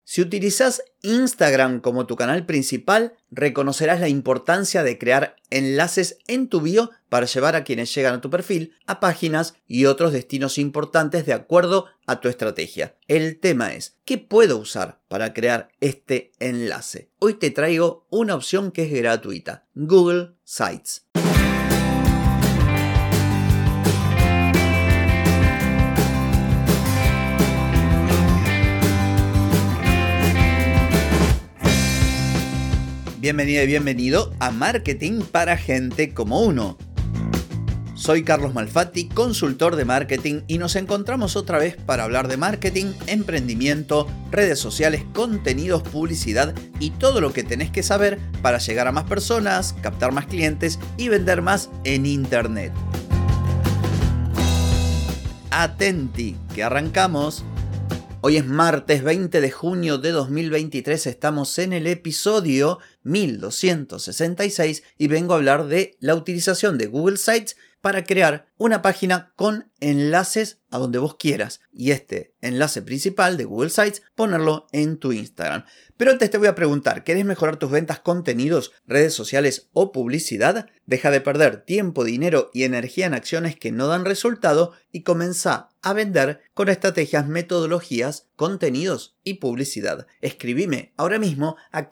Si utilizas Instagram como tu canal principal, reconocerás la importancia de crear enlaces en tu bio para llevar a quienes llegan a tu perfil a páginas y otros destinos importantes de acuerdo a tu estrategia. El tema es, ¿qué puedo usar para crear este enlace? Hoy te traigo una opción que es gratuita, Google Sites. Bienvenida y bienvenido a Marketing para Gente como Uno. Soy Carlos Malfatti, consultor de marketing, y nos encontramos otra vez para hablar de marketing, emprendimiento, redes sociales, contenidos, publicidad y todo lo que tenés que saber para llegar a más personas, captar más clientes y vender más en Internet. Atenti, que arrancamos. Hoy es martes 20 de junio de 2023, estamos en el episodio 1266 y vengo a hablar de la utilización de Google Sites para crear una página con enlaces a donde vos quieras. Y este enlace principal de Google Sites, ponerlo en tu Instagram. Pero antes te voy a preguntar, ¿querés mejorar tus ventas, contenidos, redes sociales o publicidad? Deja de perder tiempo, dinero y energía en acciones que no dan resultado y comenzá a vender con estrategias, metodologías, contenidos y publicidad. Escribime ahora mismo a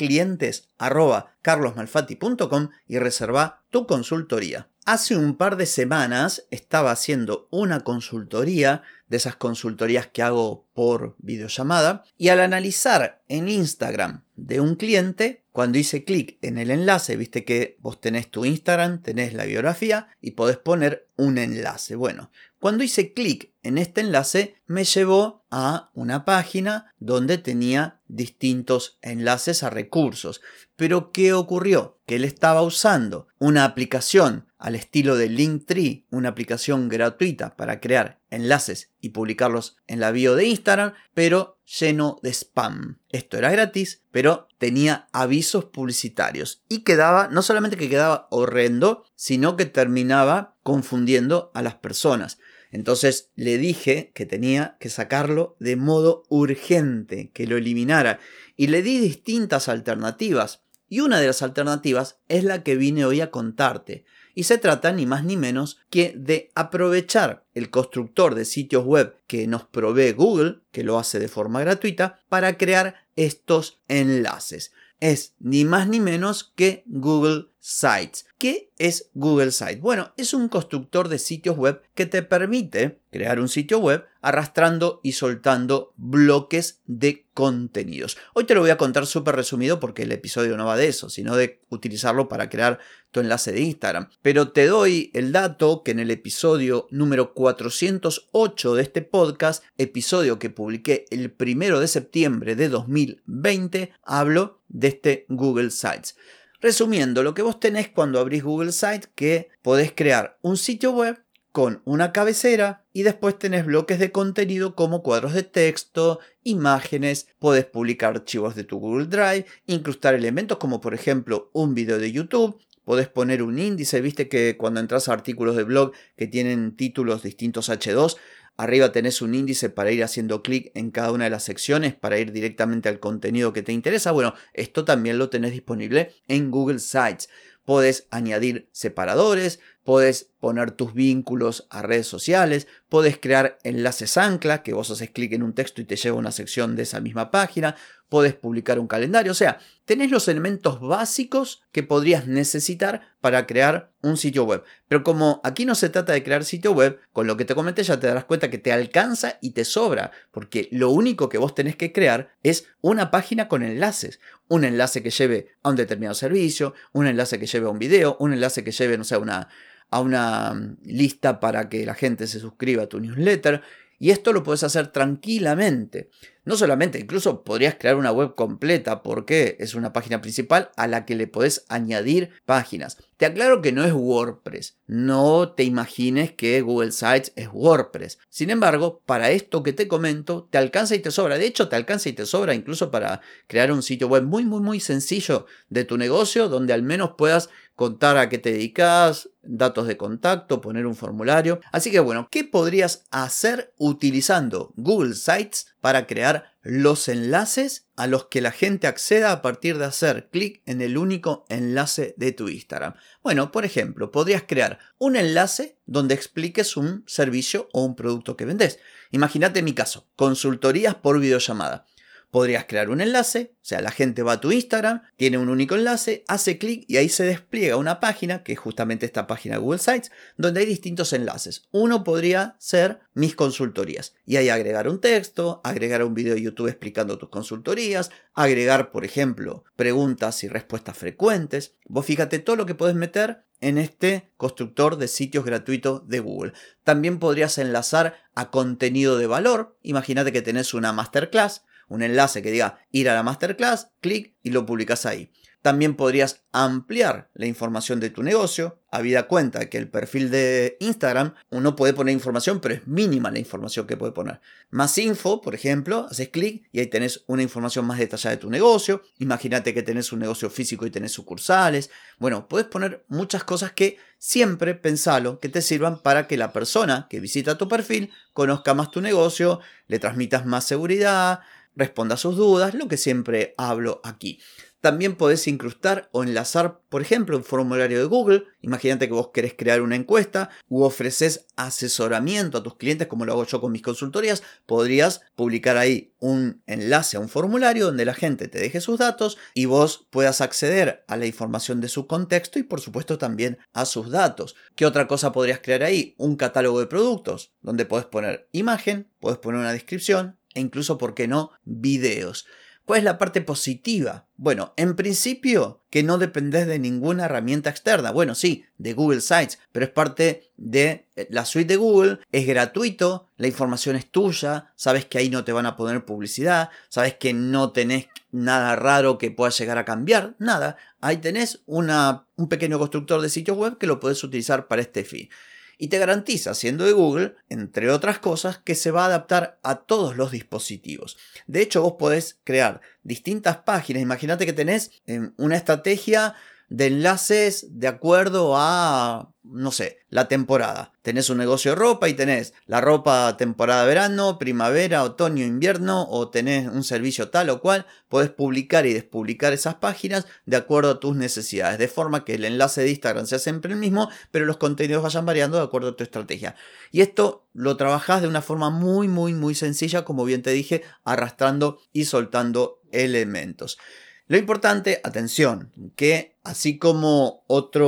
clientes@carlosmalfatti.com y reserva tu consultoría. Hace un par de semanas estaba haciendo una consultoría, de esas consultorías que hago por videollamada, y al analizar en Instagram de un cliente, cuando hice clic en el enlace, viste que vos tenés tu Instagram, tenés la biografía y podés poner un enlace. Bueno, cuando hice clic en este enlace me llevó a una página donde tenía distintos enlaces a recursos. Pero ¿qué ocurrió? Que él estaba usando una aplicación al estilo de Linktree, una aplicación gratuita para crear enlaces y publicarlos en la bio de Instagram, pero lleno de spam. Esto era gratis, pero tenía avisos publicitarios y no solamente que quedaba horrendo, sino que terminaba confundiendo a las personas. Entonces le dije que tenía que sacarlo de modo urgente, que lo eliminara, y le di distintas alternativas. Y una de las alternativas es la que vine hoy a contarte. Y se trata ni más ni menos que de aprovechar el constructor de sitios web que nos provee Google, que lo hace de forma gratuita, para crear estos enlaces. Es ni más ni menos que Google Sites. ¿Qué es Google Sites? Bueno, es un constructor de sitios web que te permite crear un sitio web arrastrando y soltando bloques de contenidos. Hoy te lo voy a contar súper resumido porque el episodio no va de eso, sino de utilizarlo para crear tu enlace de Instagram. Pero te doy el dato que en el episodio número 408 de este podcast, episodio que publiqué el 1 de septiembre de 2020, hablo de este Google Sites. Resumiendo, lo que vos tenés cuando abrís Google Sites, que podés crear un sitio web con una cabecera y después tenés bloques de contenido como cuadros de texto, imágenes, podés publicar archivos de tu Google Drive, incrustar elementos como por ejemplo un video de YouTube. Podés poner un índice, viste que cuando entras a artículos de blog que tienen títulos distintos H2, arriba tenés un índice para ir haciendo clic en cada una de las secciones para ir directamente al contenido que te interesa. Bueno, esto también lo tenés disponible en Google Sites. Podés añadir separadores, podés poner tus vínculos a redes sociales, podés crear enlaces ancla, que vos haces clic en un texto y te lleva a una sección de esa misma página, podés publicar un calendario, o sea, tenés los elementos básicos que podrías necesitar para crear un sitio web. Pero como aquí no se trata de crear sitio web, con lo que te comenté ya te darás cuenta que te alcanza y te sobra, porque lo único que vos tenés que crear es una página con enlaces. Un enlace que lleve a un determinado servicio, un enlace que lleve a un video, un enlace que lleve, no sé, a una lista para que la gente se suscriba a tu newsletter. Y esto lo puedes hacer tranquilamente. No solamente, incluso podrías crear una web completa porque es una página principal a la que le podés añadir páginas. Te aclaro que no es WordPress. No te imagines que Google Sites es WordPress. Sin embargo, para esto que te comento, te alcanza y te sobra. De hecho, te alcanza y te sobra incluso para crear un sitio web muy sencillo de tu negocio donde al menos puedas contar a qué te dedicas, datos de contacto, poner un formulario. Así que bueno, ¿qué podrías hacer utilizando Google Sites para crear los enlaces a los que la gente acceda a partir de hacer clic en el único enlace de tu Instagram? Bueno, por ejemplo, podrías crear un enlace donde expliques un servicio o un producto que vendes. Imagínate mi caso, consultorías por videollamada. Podrías crear un enlace, o sea, la gente va a tu Instagram, tiene un único enlace, hace clic y ahí se despliega una página, que es justamente esta página de Google Sites, donde hay distintos enlaces. Uno podría ser mis consultorías y ahí agregar un texto, agregar un video de YouTube explicando tus consultorías, agregar, por ejemplo, preguntas y respuestas frecuentes. Vos fíjate todo lo que podés meter en este constructor de sitios gratuito de Google. También podrías enlazar a contenido de valor. Imagínate que tenés una masterclass, un enlace que diga ir a la masterclass, clic y lo publicas ahí. También podrías ampliar la información de tu negocio, habida cuenta que el perfil de Instagram uno puede poner información, pero es mínima la información que puede poner. Más info, por ejemplo, haces clic y ahí tenés una información más detallada de tu negocio. Imagínate que tenés un negocio físico y tenés sucursales. Bueno, puedes poner muchas cosas que siempre pensalo que te sirvan para que la persona que visita tu perfil conozca más tu negocio, le transmitas más seguridad, responda a sus dudas, lo que siempre hablo aquí. También podés incrustar o enlazar, por ejemplo, un formulario de Google. Imagínate que vos querés crear una encuesta u ofreces asesoramiento a tus clientes, como lo hago yo con mis consultorías. Podrías publicar ahí un enlace a un formulario donde la gente te deje sus datos y vos puedas acceder a la información de su contexto y, por supuesto, también a sus datos. ¿Qué otra cosa podrías crear ahí? Un catálogo de productos donde podés poner imagen, podés poner una descripción e incluso, ¿por qué no?, videos. ¿Cuál es la parte positiva? Bueno, en principio que no dependés de ninguna herramienta externa. Bueno, sí, de Google Sites, pero es parte de la suite de Google, es gratuito, la información es tuya, sabes que ahí no te van a poner publicidad, sabes que no tenés nada raro que pueda llegar a cambiar, nada. Ahí tenés un pequeño constructor de sitios web que lo podés utilizar para este fin. Y te garantiza, siendo de Google, entre otras cosas, que se va a adaptar a todos los dispositivos. De hecho, vos podés crear distintas páginas. Imagínate que tenés una estrategia de enlaces de acuerdo a, no sé, la temporada. Tenés un negocio de ropa y tenés la ropa temporada verano, primavera, otoño, invierno, o tenés un servicio tal o cual. Podés publicar y despublicar esas páginas de acuerdo a tus necesidades, de forma que el enlace de Instagram sea siempre el mismo, pero los contenidos vayan variando de acuerdo a tu estrategia. Y esto lo trabajás de una forma muy sencilla, como bien te dije, arrastrando y soltando elementos. Lo importante, atención, que así como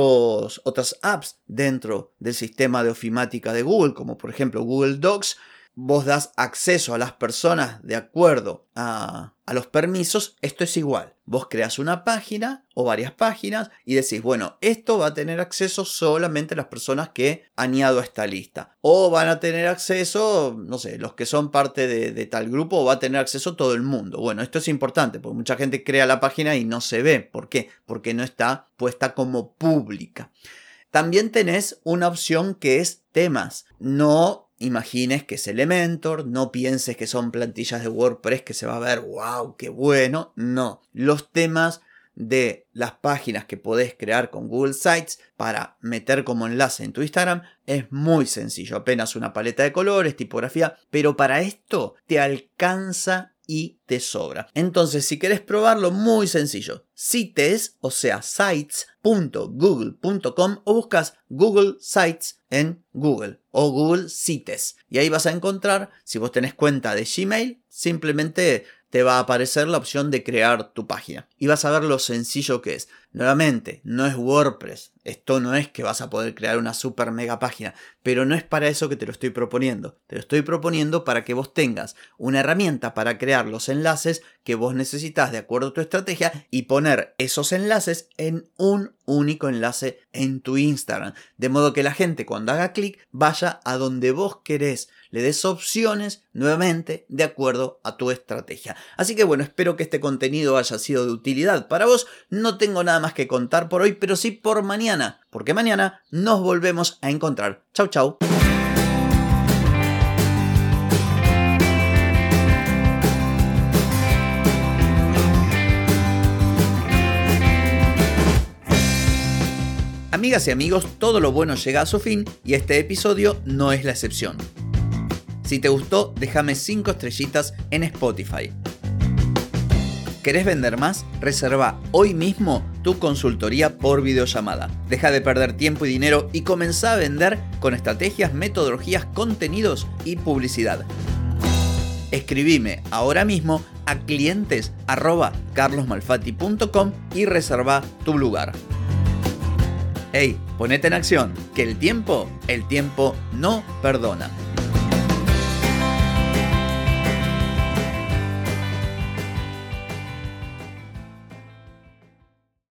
otras apps dentro del sistema de ofimática de Google, como por ejemplo Google Docs, vos das acceso a las personas de acuerdo a los permisos. Esto es igual. Vos creas una página o varias páginas y decís, bueno, esto va a tener acceso solamente a las personas que añado a esta lista. O van a tener acceso, no sé, los que son parte de tal grupo, o va a tener acceso todo el mundo. Bueno, esto es importante porque mucha gente crea la página y no se ve. ¿Por qué? Porque no está puesta como pública. También tenés una opción que es temas. No imagines que es Elementor, no pienses que son plantillas de WordPress que se va a ver, wow, qué bueno. No, los temas de las páginas que podés crear con Google Sites para meter como enlace en tu Instagram es muy sencillo, apenas una paleta de colores, tipografía, pero para esto te alcanza y te sobra. Entonces, si querés probarlo, muy sencillo. Sites, o sea, sites.google.com o buscas Google Sites en Google o Google Sites. Y ahí vas a encontrar, si vos tenés cuenta de Gmail, simplemente te va a aparecer la opción de crear tu página. Y vas a ver lo sencillo que es. Nuevamente, no es WordPress. Esto no es que vas a poder crear una super mega página. Pero no es para eso que te lo estoy proponiendo. Te lo estoy proponiendo para que vos tengas una herramienta para crear los enlaces que vos necesitas de acuerdo a tu estrategia y poner esos enlaces en un único enlace en tu Instagram. De modo que la gente cuando haga clic vaya a donde vos querés. Le des opciones nuevamente de acuerdo a tu estrategia. Así que bueno, espero que este contenido haya sido de utilidad para vos. No tengo nada más que contar por hoy, pero sí por mañana, porque mañana nos volvemos a encontrar. Chau, chau. Amigas y amigos, todo lo bueno llega a su fin y este episodio no es la excepción. Si te gustó, déjame 5 estrellitas en Spotify. ¿Querés vender más? Reserva hoy mismo tu consultoría por videollamada. Deja de perder tiempo y dinero y comenzá a vender con estrategias, metodologías, contenidos y publicidad. Escribime ahora mismo a clientes@carlosmalfatti.com y reserva tu lugar. Hey, ponete en acción, que el tiempo no perdona.